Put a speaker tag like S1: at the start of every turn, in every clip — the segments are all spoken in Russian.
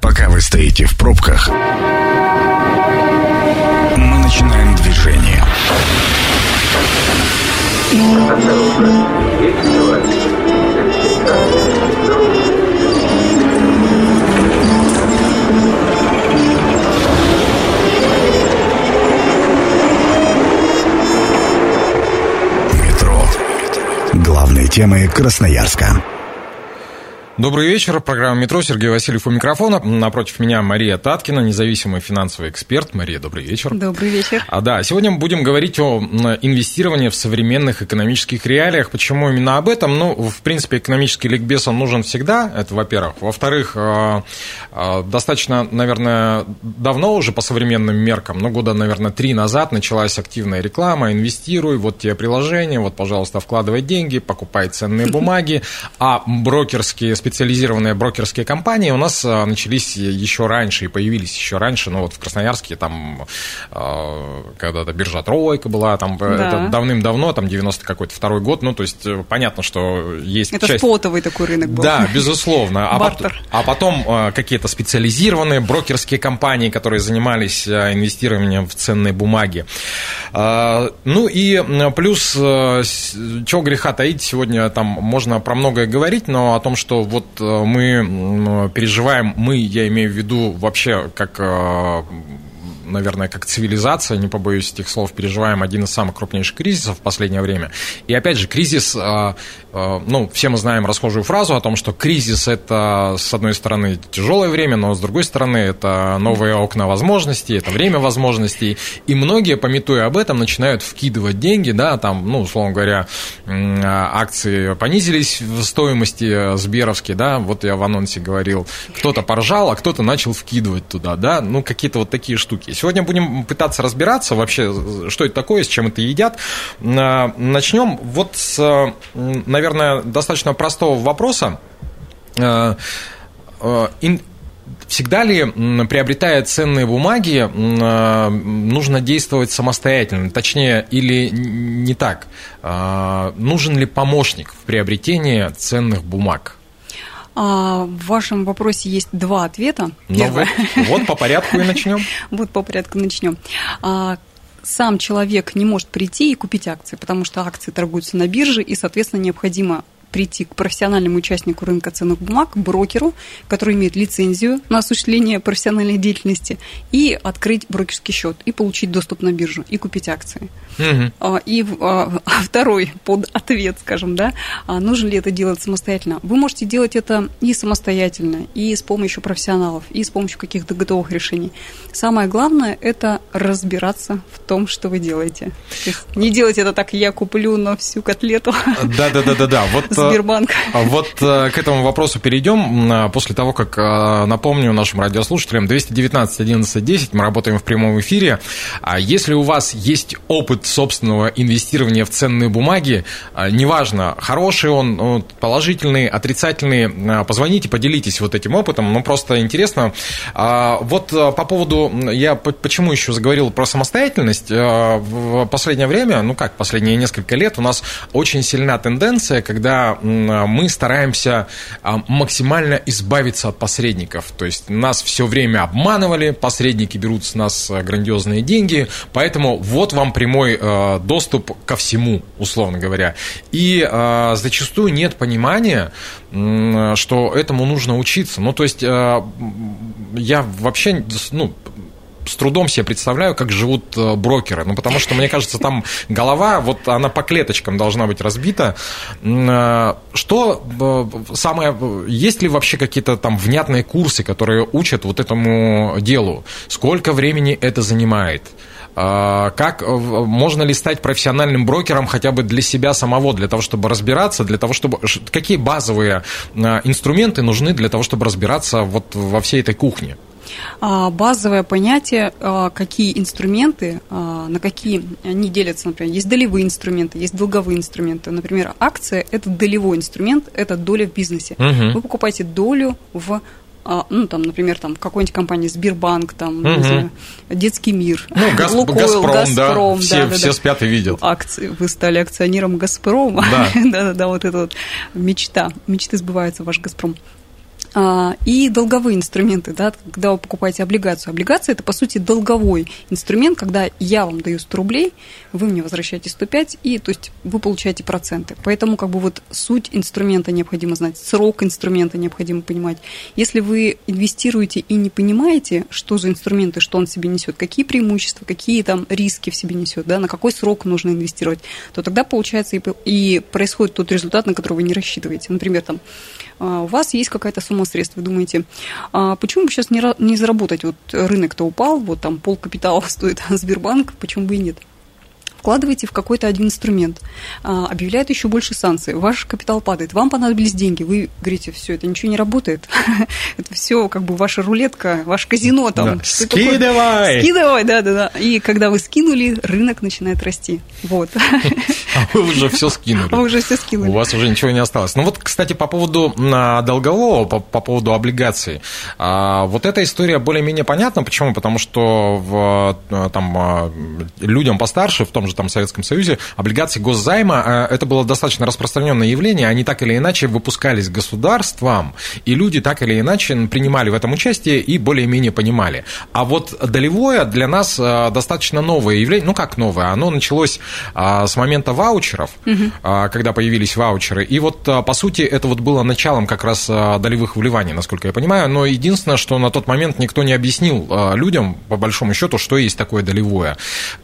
S1: Пока вы стоите в пробках, мы начинаем движение. Метро. Главные темы Красноярска.
S2: Добрый вечер. Программа «Метро». Сергей Васильев у микрофона. Напротив меня Мария Таткина, независимый финансовый эксперт. Мария, добрый вечер.
S3: Добрый вечер.
S2: Сегодня мы будем говорить о инвестировании в современных экономических реалиях. Почему именно об этом? В принципе, экономический ликбез, он нужен всегда, это во-первых. Во-вторых, достаточно, наверное, давно уже по современным меркам, года, наверное, 3 назад началась активная реклама. Инвестируй, вот тебе приложение, вот, пожалуйста, вкладывай деньги, покупай ценные бумаги. А специализированные брокерские компании у нас начались еще раньше и появились еще раньше. В Красноярске там когда-то биржа «Тройка» была, там это давным-давно, там 92-й год. То есть понятно, что есть
S3: это
S2: часть...
S3: спотовый такой рынок был. Да,
S2: безусловно. А потом какие-то специализированные брокерские компании, которые занимались инвестированием в ценные бумаги. И плюс, чего греха таить, сегодня там можно про многое говорить, но о том, что вот мы переживаем, я имею в виду вообще как, наверное, как цивилизация, не побоюсь этих слов, переживаем один из самых крупнейших кризисов в последнее время. И опять же, кризис, все мы знаем расхожую фразу о том, что кризис – это, с одной стороны, тяжелое время, но с другой стороны, это новые окна возможностей, это время возможностей. И многие, памятуя об этом, начинают вкидывать деньги, условно говоря, акции понизились в стоимости сберовские, вот я в анонсе говорил, кто-то поржал, а кто-то начал вкидывать туда, какие-то вот такие штуки. Сегодня будем пытаться разбираться вообще, что это такое, с чем это едят. Начнем с, наверное, достаточно простого вопроса. Всегда ли, приобретая ценные бумаги, нужно действовать самостоятельно? Точнее, или не так? Нужен ли помощник в приобретении ценных бумаг?
S3: В вашем вопросе есть 2 ответа. Первое.
S2: Вот по порядку и начнем.
S3: Сам человек не может прийти и купить акции, потому что акции торгуются на бирже, и, соответственно, необходимо прийти к профессиональному участнику рынка ценных бумаг, брокеру, который имеет лицензию на осуществление профессиональной деятельности, и открыть брокерский счет, и получить доступ на биржу, и купить акции. И второй подответ, скажем, нужно ли это делать самостоятельно? Вы можете делать это и самостоятельно, и с помощью профессионалов, и с помощью каких-то готовых решений. Самое главное – это разбираться в том, что вы делаете. То есть не делать это так: я куплю на всю котлету.
S2: Да.
S3: Сбербанк.
S2: К этому вопросу перейдем после того, как напомню нашим радиослушателям: 219 11 10, мы работаем в прямом эфире. Если у вас есть опыт собственного инвестирования в ценные бумаги, неважно, хороший он, положительный, отрицательный, позвоните, поделитесь этим опытом, просто интересно. По поводу, я почему еще заговорил про самостоятельность, в последнее время, последние несколько лет у нас очень сильна тенденция, когда мы стараемся максимально избавиться от посредников. То есть нас все время обманывали, посредники берут с нас грандиозные деньги, поэтому вот вам прямой доступ ко всему, условно говоря. И зачастую нет понимания, что этому нужно учиться. Я вообще, с трудом себе представляю, как живут брокеры, потому что, мне кажется, там голова, она по клеточкам должна быть разбита. Есть ли вообще какие-то там внятные курсы, которые учат этому делу? Сколько времени это занимает? Можно ли стать профессиональным брокером хотя бы для себя самого, для того, чтобы разбираться, какие базовые инструменты нужны для того, чтобы разбираться во всей этой кухне?
S3: Базовое понятие, какие инструменты, на какие они делятся, например, есть долевые инструменты, есть долговые инструменты. Например, акция – это долевой инструмент, это доля в бизнесе. Вы покупаете долю в например, какой-нибудь компании Сбербанк, не знаю, Детский мир, Лукойл, Газпром,
S2: все спят и видят.
S3: Акции, вы стали акционером Газпрома. Да, вот это мечта. Мечты сбываются, ваш Газпром. И долговые инструменты, да, когда вы покупаете облигацию. Облигация – это, по сути, долговой инструмент, когда я вам даю 100 рублей, вы мне возвращаете 105, и, то есть, вы получаете проценты. Поэтому, как бы, вот суть инструмента необходимо знать, срок инструмента необходимо понимать. Если вы инвестируете и не понимаете, что за инструменты, что он в себе несет, какие преимущества, какие там риски в себе несет, да, на какой срок нужно инвестировать, то тогда, получается, и происходит тот результат, на который вы не рассчитываете. Например, там, у вас есть какая-то сумма средств, вы думаете, почему бы сейчас не заработать, вот рынок-то упал, вот там полкапитала стоит Сбербанк, почему бы и нет? Вкладываете в какой-то один инструмент, объявляют еще больше санкций, ваш капитал падает, вам понадобились деньги, вы говорите, все, это ничего не работает, это все как бы ваша рулетка, ваш казино там.
S2: Скидывай!
S3: Скидывай, да. И когда вы скинули, рынок начинает расти. Вот.
S2: А вы уже все скинули. У вас уже ничего не осталось. Ну вот, кстати, по поводу долгового, по поводу облигаций, вот эта история более-менее понятна. Почему? Потому что людям постарше, в том же там Советском Союзе, облигации госзайма, это было достаточно распространенное явление, они так или иначе выпускались государством, и люди так или иначе принимали в этом участие и более-менее понимали. А вот долевое для нас достаточно новое явление, ну как новое, оно началось с момента ваучеров, когда появились ваучеры, и вот по сути это вот было началом как раз долевых вливаний, насколько я понимаю, но единственное, что на тот момент никто не объяснил людям, по большому счету, что есть такое долевое.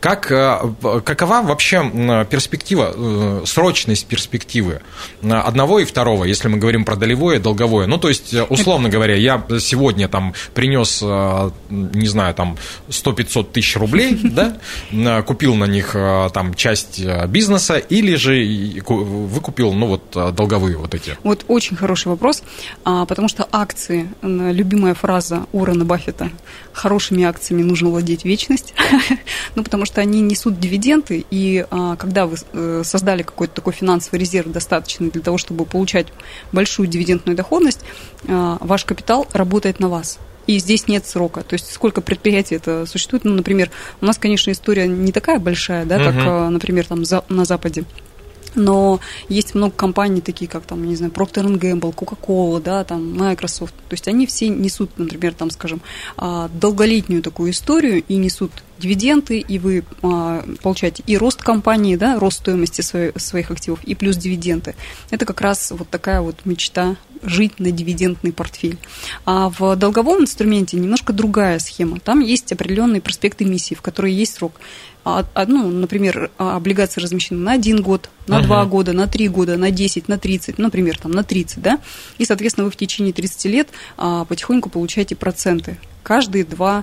S2: Какова вообще перспектива, срочность перспективы одного и второго, если мы говорим про долевое и долговое? Ну, то есть, условно говоря, я сегодня там принес, не знаю, там 100-500 тысяч рублей, да, купил на них там часть бизнеса, или же выкупил, ну, вот долговые вот эти? Вот
S3: очень хороший вопрос, потому что акции, любимая фраза Уоррена Баффета, хорошими акциями нужно владеть вечность, ну, потому что они несут дивиденды, и когда вы создали какой-то такой финансовый резерв достаточный для того, чтобы получать большую дивидендную доходность, ваш капитал работает на вас. И здесь нет срока. То есть сколько предприятий это существует. Ну, например, у нас, конечно, история не такая большая, да, как, например, там на Западе. Но есть много компаний, такие как, там, не знаю, Procter & Gamble, Coca-Cola, да, там, Microsoft. То есть они все несут, например, там, скажем, долголетнюю такую историю и несут дивиденды, и вы получаете и рост компании, да, рост стоимости своих активов, и плюс дивиденды. Это как раз вот такая вот мечта жить на дивидендный портфель. А в долговом инструменте немножко другая схема. Там есть определенные проспекты эмиссии, в которые есть срок. Ну, например, облигации размещены на 1 год, на 2 года, на 3 года, на 10, на 30, например, там, на 30, да, и, соответственно, вы в течение 30 лет потихоньку получаете проценты. Каждые 2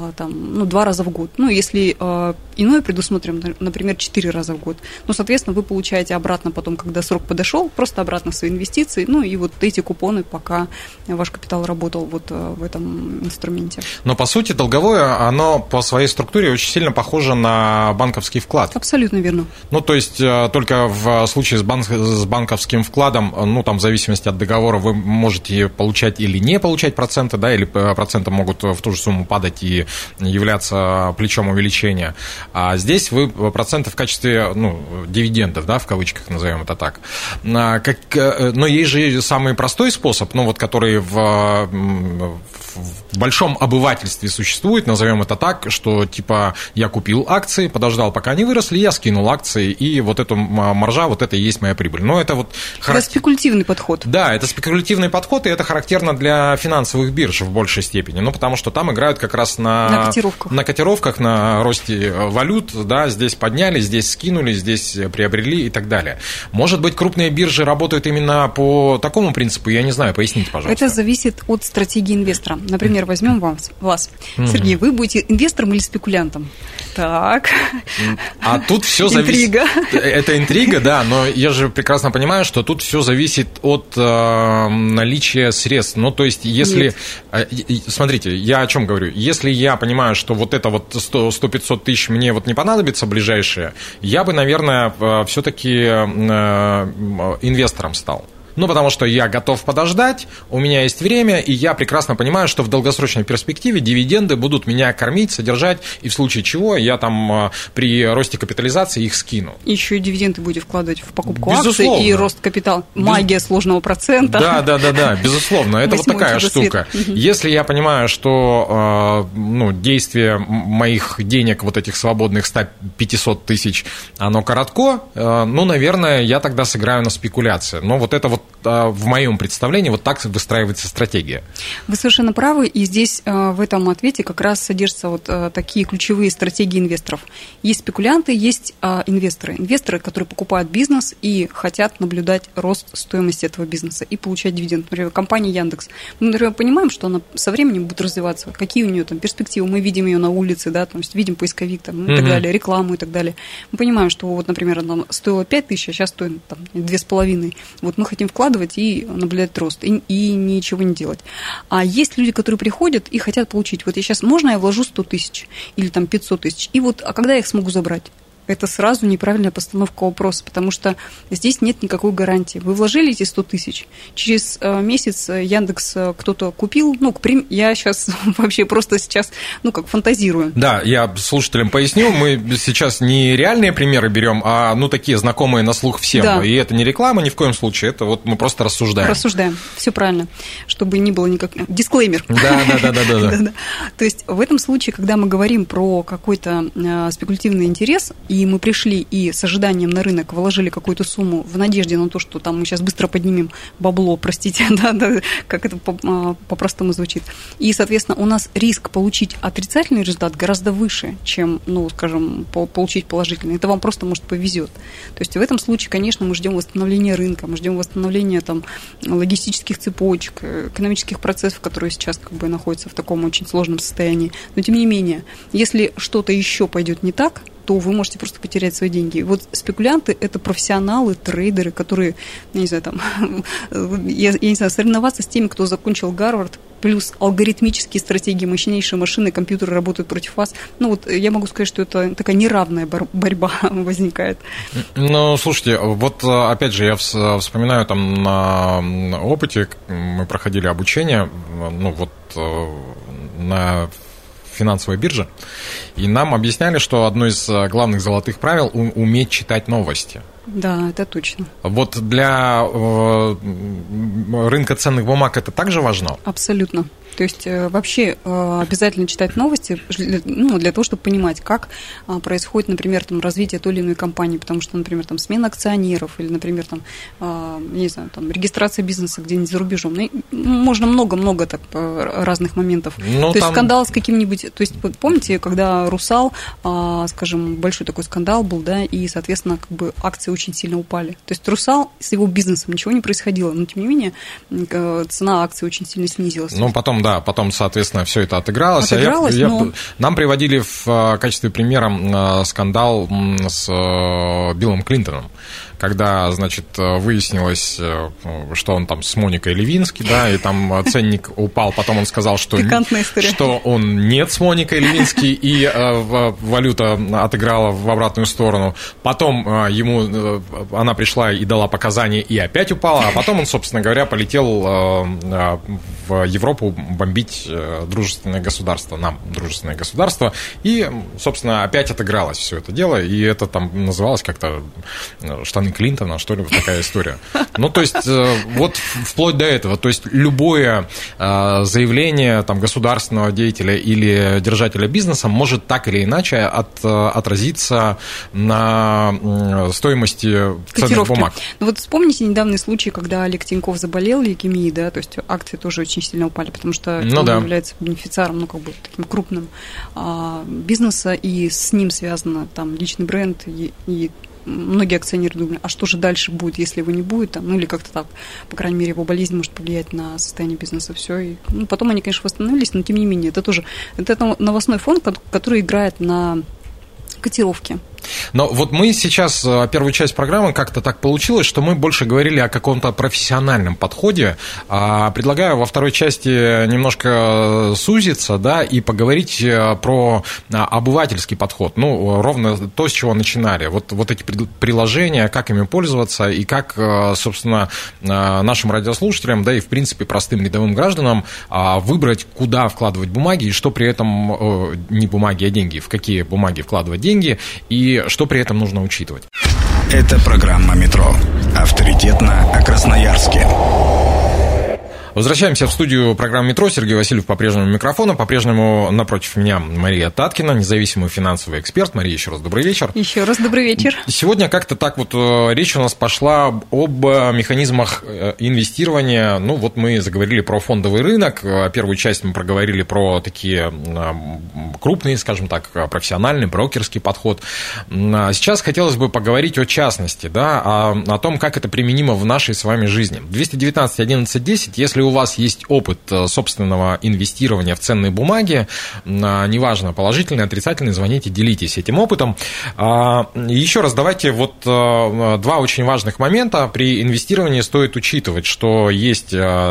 S3: раза в год. Ну, если иное предусмотрим, например, 4 раза в год, ну, соответственно, вы получаете обратно потом, когда срок подошел, просто обратно свои инвестиции, ну, и вот эти купоны, пока ваш капитал работал вот в этом инструменте.
S2: Но, по сути, долговое, оно по своей структуре очень сильно похоже на банковский вклад.
S3: Абсолютно верно.
S2: Ну, то есть, только в случае с банковским вкладом, ну, там, в зависимости от договора, вы можете получать или не получать проценты, да, или проценты могут в ту же сумму падать и являться плечом увеличения. А здесь вы проценты в качестве, ну, дивидендов, да, в кавычках назовем это так. Но есть же самый простой способ, ну, вот, который в большом обывательстве существует, назовем это так, что типа я купил акции, подождал, пока они выросли, я скинул акции, и вот эту маржа, вот это и есть моя прибыль. Но это вот
S3: это спекулятивный подход.
S2: Да, это спекулятивный подход, и это характерно для финансовых бирж в большей степени, ну, потому что там играют как раз на котировках, на росте валют, да, здесь подняли, здесь скинули, здесь приобрели и так далее. Может быть, крупные биржи работают именно по такому принципу, я не знаю, поясните, пожалуйста.
S3: Это зависит от стратегии инвестора. Например, возьмем вас. Сергей, вы будете инвестором или спекулянтом? Так.
S2: А тут все зависит.
S3: Интрига.
S2: Это интрига, да, но я же прекрасно понимаю, что тут все зависит от наличия средств. Ну, то есть, если... Нет. Смотрите, я о чем говорю. Если я понимаю, что вот это вот 100-500 тысяч мне вот не понадобится ближайшие, я бы, наверное, все-таки инвестором стал. Ну, потому что я готов подождать, у меня есть время, и я прекрасно понимаю, что в долгосрочной перспективе дивиденды будут меня кормить, содержать, и в случае чего я там при росте капитализации их скину.
S3: Еще и дивиденды будете вкладывать в покупку акций и рост капитала. Магия сложного процента.
S2: Да, безусловно. Это вот такая штука. Если я понимаю, что действие моих денег, вот этих свободных 100-500 тысяч, оно коротко, наверное, я тогда сыграю на спекуляции. Но вот это вот в моем представлении вот так выстраивается стратегия.
S3: Вы совершенно правы, и здесь в этом ответе как раз содержатся вот такие ключевые стратегии инвесторов. Есть спекулянты, есть инвесторы. Инвесторы, которые покупают бизнес и хотят наблюдать рост стоимости этого бизнеса и получать дивиденд. Например, компания Яндекс. Мы, например, понимаем, что она со временем будет развиваться, какие у нее там перспективы. Мы видим ее на улице, да, то есть видим поисковик там, и так далее, рекламу и так далее. Мы понимаем, что вот, например, она стоила 5 тысяч, а сейчас стоит там 2,5. Вот мы хотим вкладывать и наблюдать рост, и ничего не делать. А есть люди, которые приходят и хотят получить. Вот я сейчас, можно я вложу 100 тысяч или там 500 тысяч? И вот, а когда я их смогу забрать? Это сразу неправильная постановка вопроса, потому что здесь нет никакой гарантии. Вы вложили эти 100 тысяч, через месяц Яндекс кто-то купил, я сейчас вообще просто сейчас, как фантазирую.
S2: Да, я слушателям поясню, мы сейчас не реальные примеры берем, а, такие знакомые на слух всем, да. И это не реклама ни в коем случае, это вот мы просто рассуждаем.
S3: Рассуждаем, все правильно, чтобы не было никак... Дисклеймер.
S2: Да.
S3: То есть в этом случае, когда мы говорим про какой-то спекулятивный интерес, и мы пришли и с ожиданием на рынок вложили какую-то сумму в надежде на то, что там мы сейчас быстро поднимем бабло, простите, да, как это по-простому звучит. И, соответственно, у нас риск получить отрицательный результат гораздо выше, чем, скажем, получить положительный. Это вам просто, может, повезет. То есть в этом случае, конечно, мы ждем восстановления рынка, мы ждем восстановления там, логистических цепочек, экономических процессов, которые сейчас находятся в таком очень сложном состоянии. Но, тем не менее, если что-то еще пойдет не так, то вы можете просто потерять свои деньги. Вот спекулянты – это профессионалы, трейдеры, которые, я не знаю, соревноваться с теми, кто закончил Гарвард, плюс алгоритмические стратегии, мощнейшие машины, компьютеры работают против вас. Я могу сказать, что это такая неравная борьба возникает.
S2: Слушайте, вот опять же, я вспоминаю там на опыте, мы проходили обучение, на финансовой бирже, и нам объясняли, что одно из главных золотых правил – уметь читать новости.
S3: Да, это точно.
S2: Вот для рынка ценных бумаг это также важно?
S3: Абсолютно. То есть вообще обязательно читать новости для того, чтобы понимать, как происходит, например, развитие той или иной компании, потому что, например, смена акционеров или, например, регистрация бизнеса где-нибудь за рубежом. Можно много-много разных моментов. То есть скандал с каким-нибудь... То есть помните, когда «Русал», скажем, большой такой скандал был, да, и, соответственно, акции очень сильно упали. То есть «Русал» с его бизнесом ничего не происходило, но, тем не менее, цена акций очень сильно снизилась.
S2: Потом, соответственно, все это отыгралось. Нам приводили в качестве примера скандал с Биллом Клинтоном, когда, выяснилось, что он там с Моникой Левински, да, и там ценник упал, потом он сказал, что он нет с Моникой Левински, и валюта отыграла в обратную сторону. Потом она пришла и дала показания, и опять упала, а потом он, собственно говоря, полетел в Европу бомбить дружественное государство, дружественное государство, и, собственно, опять отыгралось все это дело, и это там называлось как-то штаны Клинтона, что ли, вот такая история. То есть, вот вплоть до этого, то есть, любое заявление государственного деятеля или держателя бизнеса может так или иначе отразиться на стоимости ценных бумаг.
S3: Вот вспомните недавний случай, когда Олег Тиньков заболел лейкемией, да, то есть акции тоже очень сильно упали, потому что он является бенефициаром, таким крупным бизнеса, и с ним связано личный бренд, и многие акционеры думали, а что же дальше будет, если его не будет, или как-то так, по крайней мере, его болезнь может повлиять на состояние бизнеса, все. И, потом они, конечно, восстановились, но тем не менее, это новостной фонд, который играет на котировке.
S2: Но вот мы сейчас, первую часть программы, как-то так получилось, что мы больше говорили о каком-то профессиональном подходе. Предлагаю во второй части немножко сузиться, да, и поговорить про обывательский подход. Ну, ровно то, с чего начинали. Вот эти приложения, как ими пользоваться и как, собственно, нашим радиослушателям, да и, в принципе, простым рядовым гражданам выбрать, куда вкладывать бумаги и что при этом, не бумаги, а деньги, в какие бумаги вкладывать деньги и что при этом нужно учитывать.
S1: Это программа «Метро». Авторитетно о Красноярске.
S2: Возвращаемся в студию программы «Метро». Сергей Васильев по-прежнему у микрофона. По-прежнему напротив меня Мария Таткина, независимый финансовый эксперт. Мария, еще раз добрый вечер.
S3: Еще раз добрый вечер.
S2: Сегодня как-то так вот речь у нас пошла об механизмах инвестирования. Ну, вот мы заговорили про фондовый рынок. Первую часть мы проговорили про такие крупные, скажем так, профессиональный, брокерский подход. Сейчас хотелось бы поговорить о частности, да, о том, как это применимо в нашей с вами жизни. 219 11 10, если у вас есть опыт собственного инвестирования в ценные бумаги, неважно, положительный, отрицательный, звоните, делитесь этим опытом. Еще раз, давайте вот два очень важных момента. При инвестировании стоит учитывать, что есть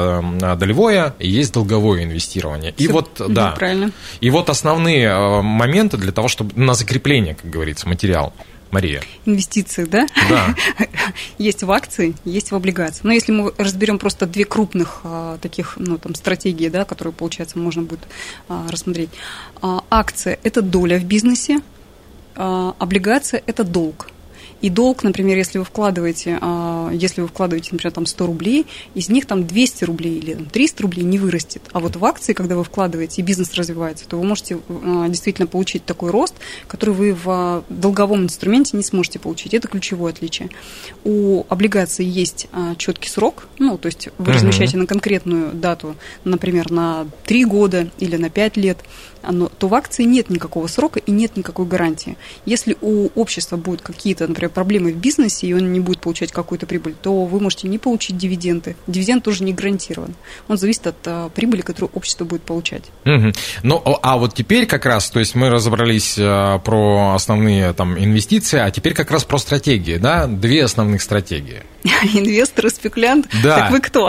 S2: долевое и есть долговое инвестирование. И вот, да, правильно. И вот основные моменты для того, чтобы на закрепление, как говорится, материал. Мария.
S3: Инвестиции, да?
S2: Да.
S3: Есть в акции, есть в облигации. Но если мы разберем просто две крупных таких, ну, там, стратегии, да, которые, получается, можно будет рассмотреть. Акция – это доля в бизнесе, облигация – это долг. И долг, например, если вы вкладываете, например, там 100 рублей, из них там 200 рублей или 300 рублей не вырастет. А вот в акции, когда вы вкладываете, и бизнес развивается, то вы можете действительно получить такой рост, который вы в долговом инструменте не сможете получить. Это ключевое отличие. У облигаций есть четкий срок, ну, то есть вы размещаете на конкретную дату, например, на 3 года или на 5 лет, то в акции нет никакого срока и нет никакой гарантии. Если у общества будут какие-то, например, проблемы в бизнесе, и он не будет получать какую-то прибыль, то вы можете не получить дивиденды. Дивиденд тоже не гарантирован. Он зависит от прибыли, которую общество будет получать.
S2: Ну, а вот теперь как раз, то есть мы разобрались про основные там инвестиции, а теперь как раз про стратегии, да? Две основных стратегии.
S3: Инвестор и спекулянт?
S2: Да.
S3: Так вы кто?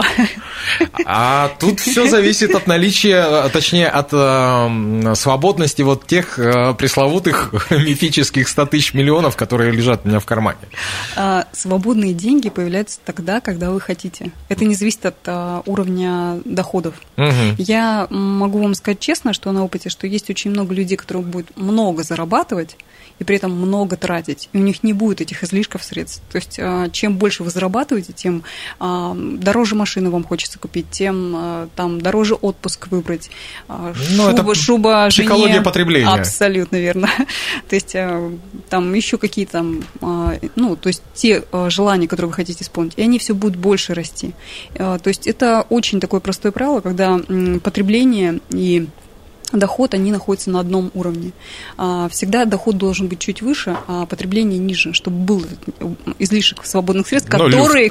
S2: А тут все зависит от наличия, точнее, от свободности вот тех пресловутых мифических 100 тысяч миллионов, которые лежат у меня в кармане.
S3: Свободные деньги появляются тогда, когда вы хотите. Это не зависит от уровня доходов. Я могу вам сказать честно, что на опыте, что есть очень много людей, которые будут много зарабатывать и при этом много тратить, и у них не будет этих излишков средств. То есть чем больше вы зарабатываете, тем дороже машину вам хочется купить, тем там дороже отпуск выбрать, шуба жене.
S2: Психология потребления.
S3: Абсолютно верно. То есть там еще какие-то, то есть те желания, которые вы хотите исполнить, и они все будут больше расти. То есть это очень такое простое правило, когда потребление и доход, они находятся на одном уровне. Всегда доход должен быть чуть выше, а потребление ниже, чтобы был излишек свободных средств, которые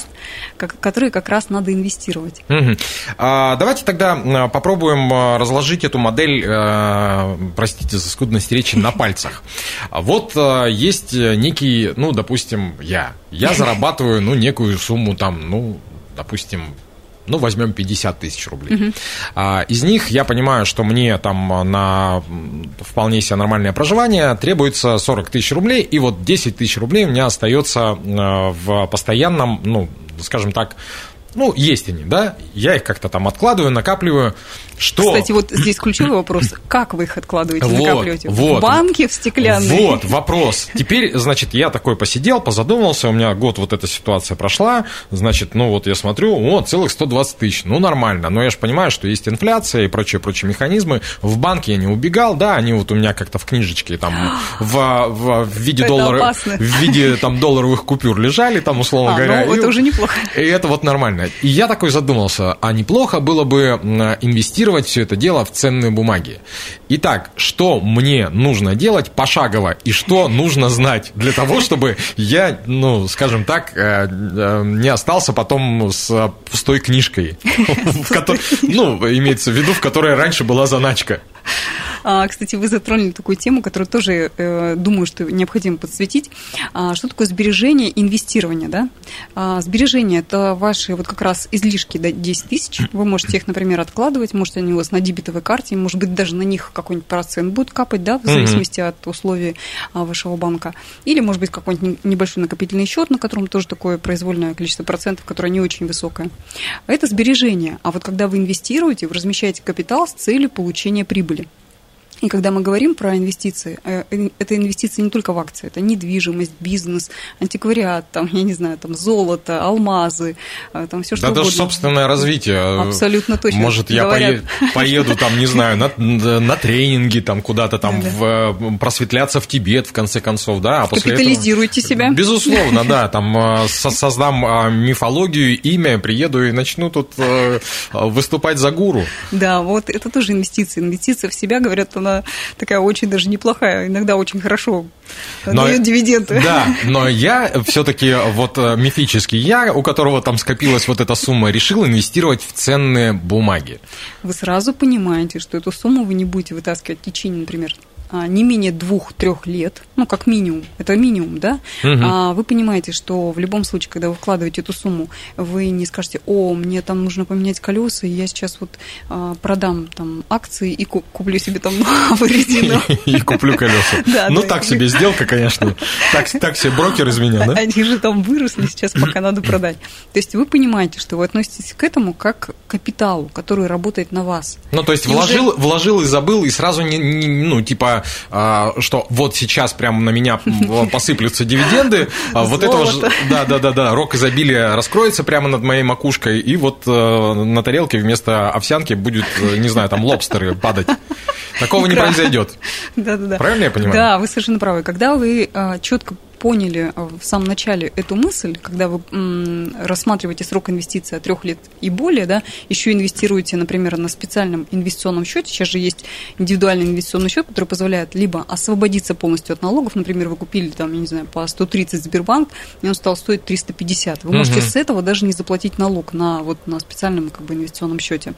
S3: как раз надо инвестировать.
S2: Давайте тогда попробуем разложить эту модель, простите за скудность речи, на пальцах. Вот есть некий, допустим, я зарабатываю, некую сумму там, допустим, возьмем 50 тысяч рублей. Из них я понимаю, что мне там на вполне себе нормальное проживание требуется 40 тысяч рублей, и вот 10 тысяч рублей у меня остается в постоянном, скажем так, есть они, да, я их как-то там откладываю, накапливаю.
S3: Кстати, вот здесь ключевой вопрос. Как вы их откладываете, накапливаете? В банке, в стеклянной?
S2: Вот, вопрос. Теперь, значит, я такой посидел, позадумался, у меня год вот эта ситуация прошла, значит, я смотрю, целых 120 тысяч, нормально, но я же понимаю, что есть инфляция и прочие механизмы. В банк я не убегал, да, они вот у меня как-то в книжечке там в виде доллара, в виде там долларовых купюр лежали, там, условно говоря.
S3: Это уже неплохо.
S2: И это вот нормально. И я такой задумался, а неплохо было бы инвестировать все это дело в ценные бумаги. Итак, что мне нужно делать пошагово и что нужно знать для того, чтобы я, скажем так, не остался потом с пустой книжкой, имеется в виду, в которой раньше была заначка.
S3: Кстати, вы затронули такую тему, которую тоже, думаю, что необходимо подсветить. Что такое сбережение и инвестирование, да? Сбережение – это ваши вот как раз излишки до 10 тысяч. Вы можете их, например, откладывать, может, они у вас на дебетовой карте, может быть, даже на них какой-нибудь процент будет капать, да, в зависимости от условий вашего банка. Или, может быть, какой-нибудь небольшой накопительный счет, на котором тоже такое произвольное количество процентов, которое не очень высокое. Это сбережение. А вот когда вы инвестируете, вы размещаете капитал с целью получения прибыли. И когда мы говорим про инвестиции, это инвестиции не только в акции, это недвижимость, бизнес, антиквариат, там, я не знаю, там, золото, алмазы, там все что угодно.
S2: Да даже собственное развитие.
S3: Абсолютно точно.
S2: Может, я поеду, там, не знаю, на тренинги, там, куда-то там просветляться в Тибет, в конце концов, да. А
S3: капитализируйте себя.
S2: Безусловно, да, там создам мифологию, имя, приеду и начну тут выступать за гуру.
S3: Да, вот это тоже инвестиции. Инвестиции в себя, говорят, она такая очень даже неплохая, иногда очень хорошо дает дивиденды.
S2: Да, но я все-таки вот мифический я, у которого там скопилась вот эта сумма, решил инвестировать в ценные бумаги.
S3: Вы сразу понимаете, что эту сумму вы не будете вытаскивать в течение, например, не менее 2-3 лет, ну, как минимум, это минимум, да, вы понимаете, что в любом случае, когда вы вкладываете эту сумму, вы не скажете, мне там нужно поменять колеса, и я сейчас вот продам там акции и куплю себе там новую резину.
S2: И куплю колеса. Ну, так себе сделка, конечно. Так себе брокер из меня, да?
S3: Они же там выросли, сейчас пока надо продать. То есть вы понимаете, что вы относитесь к этому как к капиталу, который работает на вас.
S2: Ну, то есть вложил и забыл, и сразу, ну, типа, что вот сейчас прямо на меня посыплются дивиденды, вот этого же, да, рог изобилия раскроется прямо над моей макушкой, и вот на тарелке вместо овсянки будет, не знаю, там лобстеры падать. Такого не произойдет.
S3: Да.
S2: Правильно я понимаю?
S3: Да, вы совершенно правы. Когда вы четко поняли в самом начале эту мысль, когда вы рассматриваете срок инвестиций от 3 лет и более, да, еще инвестируете, например, на специальном инвестиционном счете, сейчас же есть индивидуальный инвестиционный счет, который позволяет либо освободиться полностью от налогов, например, вы купили там, я не знаю, по 130 Сбербанк, и он стал стоить 350. Вы можете с этого даже не заплатить налог на специальном как бы инвестиционном счете.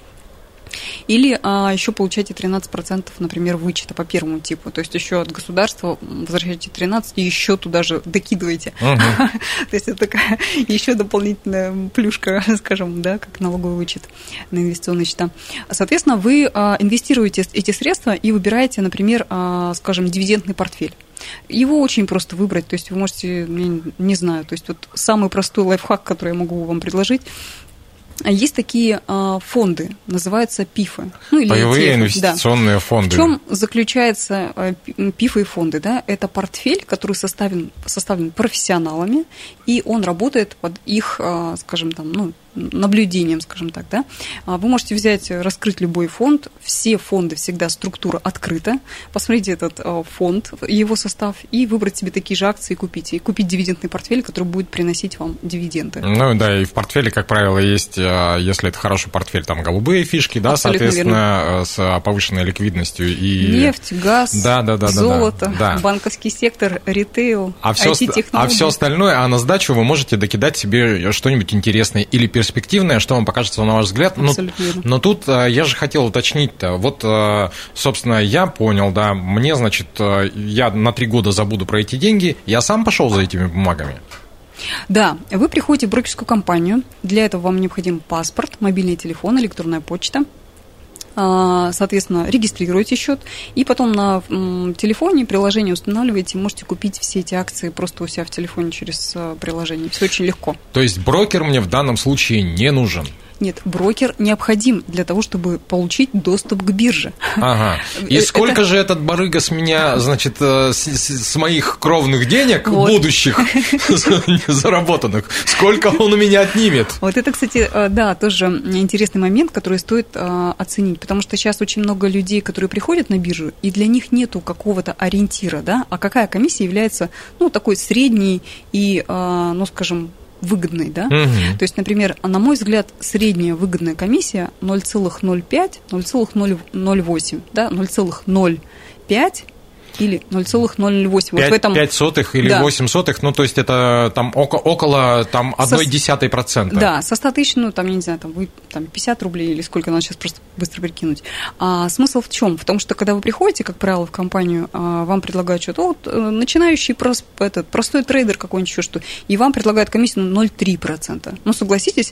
S3: Или еще получаете 13%, например, вычета по первому типу. То есть еще от государства возвращаете 13% и еще туда же докидываете. То есть это такая еще дополнительная плюшка, скажем, да, как налоговый вычет на инвестиционные счета. Соответственно, вы инвестируете эти средства и выбираете, например, скажем, дивидендный портфель. Его очень просто выбрать. То есть вы можете, не знаю, то есть вот самый простой лайфхак, который я могу вам предложить. Есть такие фонды, называются ПИФы. Ну, или
S2: Паевые инвестиционные фонды.
S3: В чем заключаются ПИФы и фонды? Да? Это портфель, который составлен профессионалами, и он работает под их, скажем там, наблюдением, скажем так, да. Вы можете раскрыть любой фонд, все фонды всегда структура открыта, посмотрите этот фонд, его состав, и выбрать себе такие же акции и купить дивидендный портфель, который будет приносить вам дивиденды.
S2: Ну да, и в портфеле, как правило, есть, если это хороший портфель, там голубые фишки, да, абсолютно соответственно, верно. С повышенной ликвидностью. И
S3: нефть, газ, золото,
S2: да.
S3: банковский сектор, ритейл, IT-технологии.
S2: А все остальное, на сдачу вы можете докидать себе что-нибудь интересное или перспективное, что вам покажется на ваш взгляд. Но тут я же хотел уточнить-то. Вот, собственно, я понял, да, мне, значит, я на 3 года забуду про эти деньги, я сам пошел за этими бумагами.
S3: Да, вы приходите в брокерскую компанию, для этого вам необходим паспорт, мобильный телефон, электронная почта. Соответственно, регистрируете счет, и потом на телефоне приложение устанавливаете, можете купить все эти акции просто у себя в телефоне через приложение. Все очень легко.
S2: То есть брокер мне в данном случае не нужен?
S3: Нет, брокер необходим для того, чтобы получить доступ к бирже.
S2: Ага. И сколько же этот барыга с меня, значит, с моих кровных денег, будущих заработанных, сколько он у меня отнимет?
S3: Вот это, кстати, да, тоже интересный момент, который стоит оценить, потому что сейчас очень много людей, которые приходят на биржу, и для них нету какого-то ориентира, да, а какая комиссия является, такой средней и, скажем, выгодной, да? То есть, например, на мой взгляд, средняя выгодная комиссия 0,05, 0,08, да, 0,05 или 0,008. Вот в этом...
S2: 5 сотых или 8 сотых, ну, то есть это там около там, 0,1%.
S3: Да, со 100 тысяч, ну, там, я не знаю, там 50 рублей или сколько, надо сейчас просто быстро прикинуть. А смысл в чем? В том, что когда вы приходите, как правило, в компанию, вам предлагают что-то, вот, начинающий простой трейдер какой-нибудь еще что, и вам предлагают комиссию на 0,3%. Ну, согласитесь,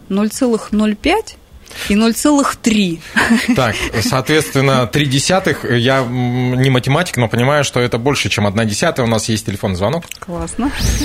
S3: 0,05 и 0,3.
S2: Так, соответственно, 0,3, я не математик, но понимаю, что это больше, чем 0,1. У нас есть телефонный звонок.
S3: Классно.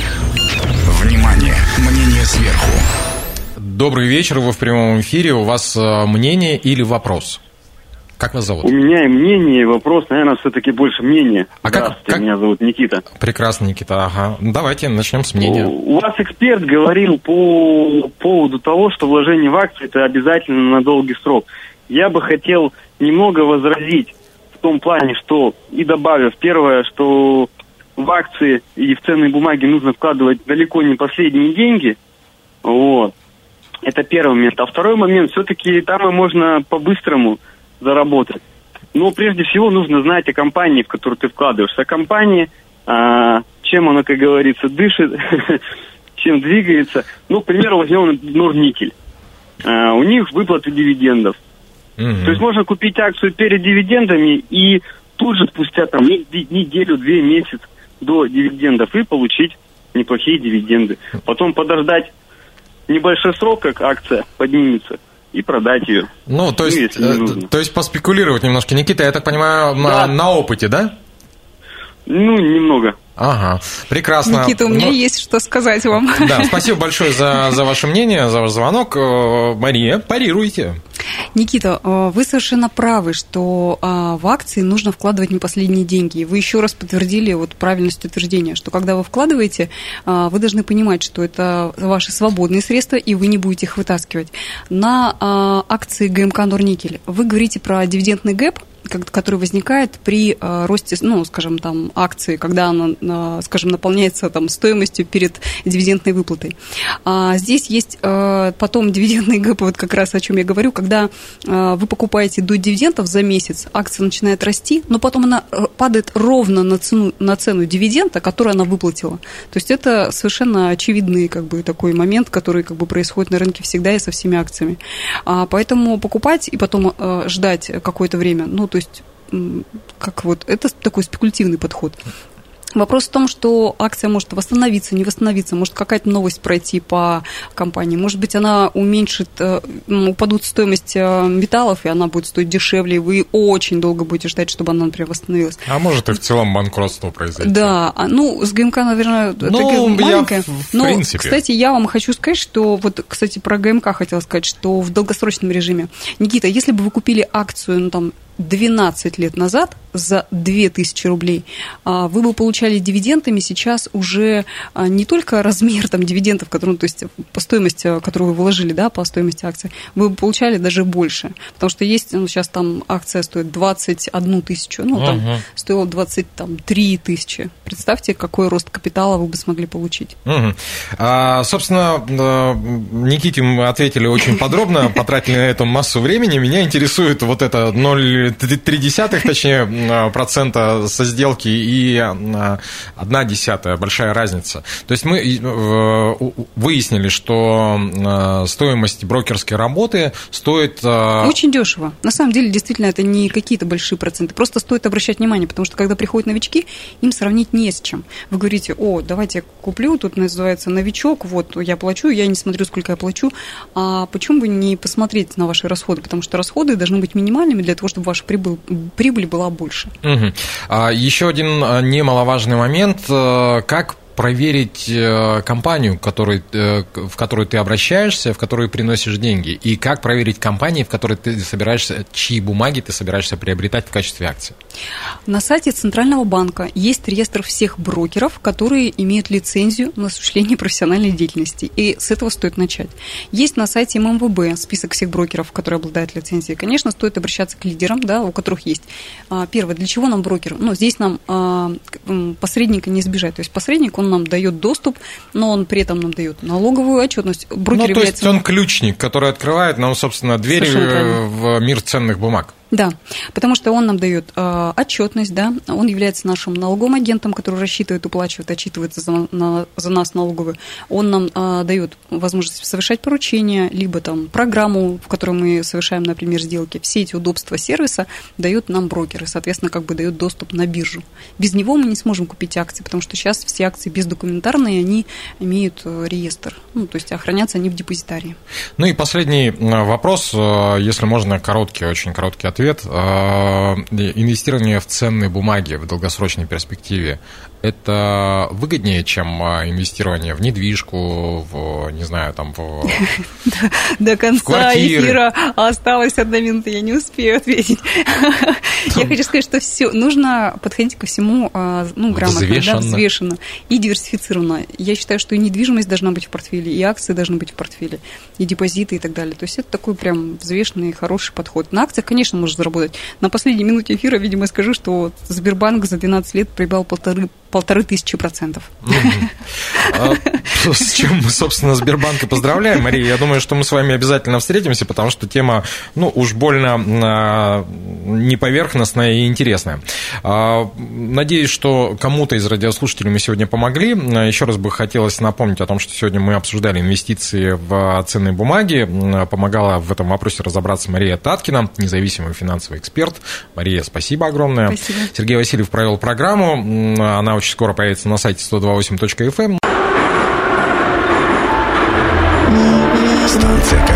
S1: Внимание, мнение сверху.
S2: Добрый вечер, вы в прямом эфире, у вас мнение или вопрос? Как вас зовут?
S4: У меня и мнение, и вопрос, наверное, все-таки больше мнение. Здравствуйте, меня зовут Никита.
S2: Прекрасно, Никита, ага. Давайте начнем с мнения.
S4: У вас эксперт говорил по поводу того, что вложение в акции – это обязательно на долгий срок. Я бы хотел немного возразить в том плане, что, и добавив, первое, что в акции и в ценные бумаги нужно вкладывать далеко не последние деньги, вот. Это первый момент. А второй момент, все-таки там и можно по-быстрому заработать. Но прежде всего нужно знать о компании, в которую ты вкладываешься. О компании, чем она, как говорится, дышит, чем двигается. Ну, к примеру, возьмем Норникель. У них выплаты дивидендов. То есть можно купить акцию перед дивидендами и тут же спустя там неделю, 2 месяца до дивидендов и получить неплохие дивиденды. Потом подождать небольшой срок, как акция поднимется, и продать ее.
S2: Ну, то есть поспекулировать немножко. Никита, я так понимаю, да. на опыте, да?
S4: Ну, немного.
S2: Ага, прекрасно.
S3: Никита, у меня есть что сказать вам.
S2: Да, спасибо большое за ваше мнение, за ваш звонок. Мария, парируйте.
S3: Никита, вы совершенно правы, что в акции нужно вкладывать не последние деньги. Вы еще раз подтвердили вот правильность утверждения, что когда вы вкладываете, вы должны понимать, что это ваши свободные средства, и вы не будете их вытаскивать. На акции ГМК Норникель вы говорите про дивидендный гэп, который возникает при росте, ну, скажем, там, акции, когда она, скажем, наполняется там стоимостью перед дивидендной выплатой. Здесь есть потом дивидендный гэп, вот как раз о чем я говорю, когда вы покупаете до дивидендов за месяц, акция начинает расти, но потом она падает ровно на цену дивиденда, которую она выплатила. То есть это совершенно очевидный как бы такой момент, который как бы происходит на рынке всегда и со всеми акциями. Поэтому покупать и потом ждать какое-то время, ну, то есть, как вот, это такой спекулятивный подход. Вопрос в том, что акция может восстановиться, не восстановиться, может какая-то новость пройти по компании, может быть, она уменьшит, упадут стоимость металлов, и она будет стоить дешевле, и вы очень долго будете ждать, чтобы она, например, восстановилась.
S2: А может и в целом банкротство произойти.
S3: Да, ну, с ГМК, наверное, такая маленькая.
S2: В принципе.
S3: Кстати, я вам хочу сказать, что, вот, кстати, про ГМК хотела сказать, что в долгосрочном режиме, Никита, если бы вы купили акцию, ну, там, 12 лет назад за 2000 рублей, вы бы получали дивидендами сейчас уже не только размер там, дивидендов, которые, то есть по стоимости, которую вы вложили, да, по стоимости акции, вы бы получали даже больше. Потому что есть, ну, сейчас там акция стоит 21 тысячу, ну, там стоила 23 тысячи. Представьте, какой рост капитала вы бы смогли получить.
S2: Собственно, Никите мы ответили очень подробно, потратили на это массу времени. Меня интересует вот это 0,3, точнее, процента со сделки и 0,1, большая разница. То есть мы выяснили, что стоимость брокерской работы стоит...
S3: Очень дешево. На самом деле, действительно, это не какие-то большие проценты. Просто стоит обращать внимание, потому что когда приходят новички, им сравнить не с чем. Вы говорите, давайте я куплю, тут называется новичок, вот я плачу, я не смотрю, сколько я плачу. А почему бы не посмотреть на ваши расходы? Потому что расходы должны быть минимальными для того, чтобы ваша прибыль была больше.
S2: Еще один немаловажный момент. Как проверить компанию, в которую ты обращаешься, в которую приносишь деньги, и как проверить компании, в которой ты собираешься, чьи бумаги ты собираешься приобретать в качестве акций?
S3: На сайте Центрального банка есть реестр всех брокеров, которые имеют лицензию на осуществление профессиональной деятельности, и с этого стоит начать. Есть на сайте ММВБ список всех брокеров, которые обладают лицензией. Конечно, стоит обращаться к лидерам, да, у которых есть. Первое, для чего нам брокер? Здесь нам посредника не избежать, то есть посредник, он нам дает доступ, но он при этом нам дает налоговую отчетность.
S2: Брокер является... То есть он ключник, который открывает нам, собственно, двери в мир ценных бумаг.
S3: Да, потому что он нам дает отчетность, да, он является нашим налоговым агентом, который рассчитывает, уплачивает, отчитывается за нас налоговую. Он нам дает возможность совершать поручения, либо там программу, в которой мы совершаем, например, сделки. Все эти удобства сервиса дают нам брокеры, соответственно, как бы дает доступ на биржу. Без него мы не сможем купить акции, потому что сейчас все акции бездокументарные, они имеют реестр, ну, то есть охранятся они в депозитарии.
S2: Ну и последний вопрос, если можно, очень короткий ответ. Инвестирование в ценные бумаги в долгосрочной перспективе – это выгоднее, чем инвестирование в недвижку, не знаю, там,
S3: до конца эфира осталась 1 минута, я не успею ответить. Я хочу сказать, что все нужно подходить ко всему грамотно, взвешенно и диверсифицированно. Я считаю, что и недвижимость должна быть в портфеле, и акции должны быть в портфеле, и депозиты и так далее. То есть это такой прям взвешенный, хороший подход. На акциях, конечно, можно заработать. На последней минуте эфира, видимо, я скажу, что Сбербанк за 12 лет прибавил 1500%.
S2: С чем мы, собственно, Сбербанк и поздравляем, Мария. Я думаю, что мы с вами обязательно встретимся, потому что тема, уж больно неповерхностная и интересная. Надеюсь, что кому-то из радиослушателей мы сегодня помогли. Еще раз бы хотелось напомнить о том, что сегодня мы обсуждали инвестиции в ценные бумаги. Помогала в этом вопросе разобраться Мария Таткина, независимый финансовый эксперт. Мария, спасибо огромное.
S3: Спасибо.
S2: Сергей Васильев провел программу. Она очень скоро появится на сайте 128.fm.
S1: Станция